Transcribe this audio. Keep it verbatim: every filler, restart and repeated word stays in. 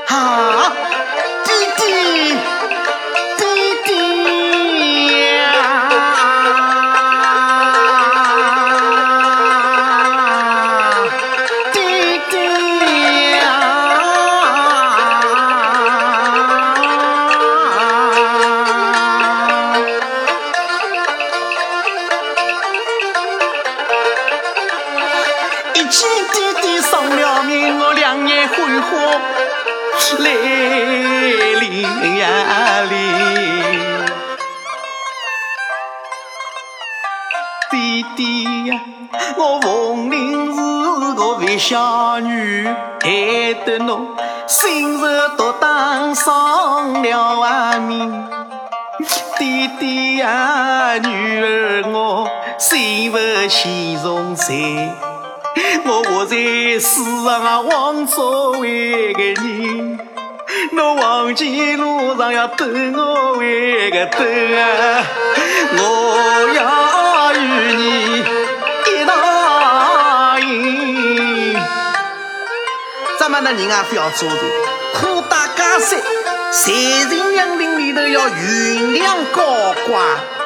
啊，弟弟，弟弟呀！弟弟呀！一起弟弟上了命，我两眼辉火。来临呀临，弟弟呀，我凤玲是个微小女，害得侬心事都当伤了啊命。弟弟呀，女儿我心不嫌重财。我活在世上啊，枉作为个人，侬忘记路上要等我为个等啊，我要与你一道赢。咱们的人啊，不要做的，苦打加山，财神娘陵里头要原谅高官。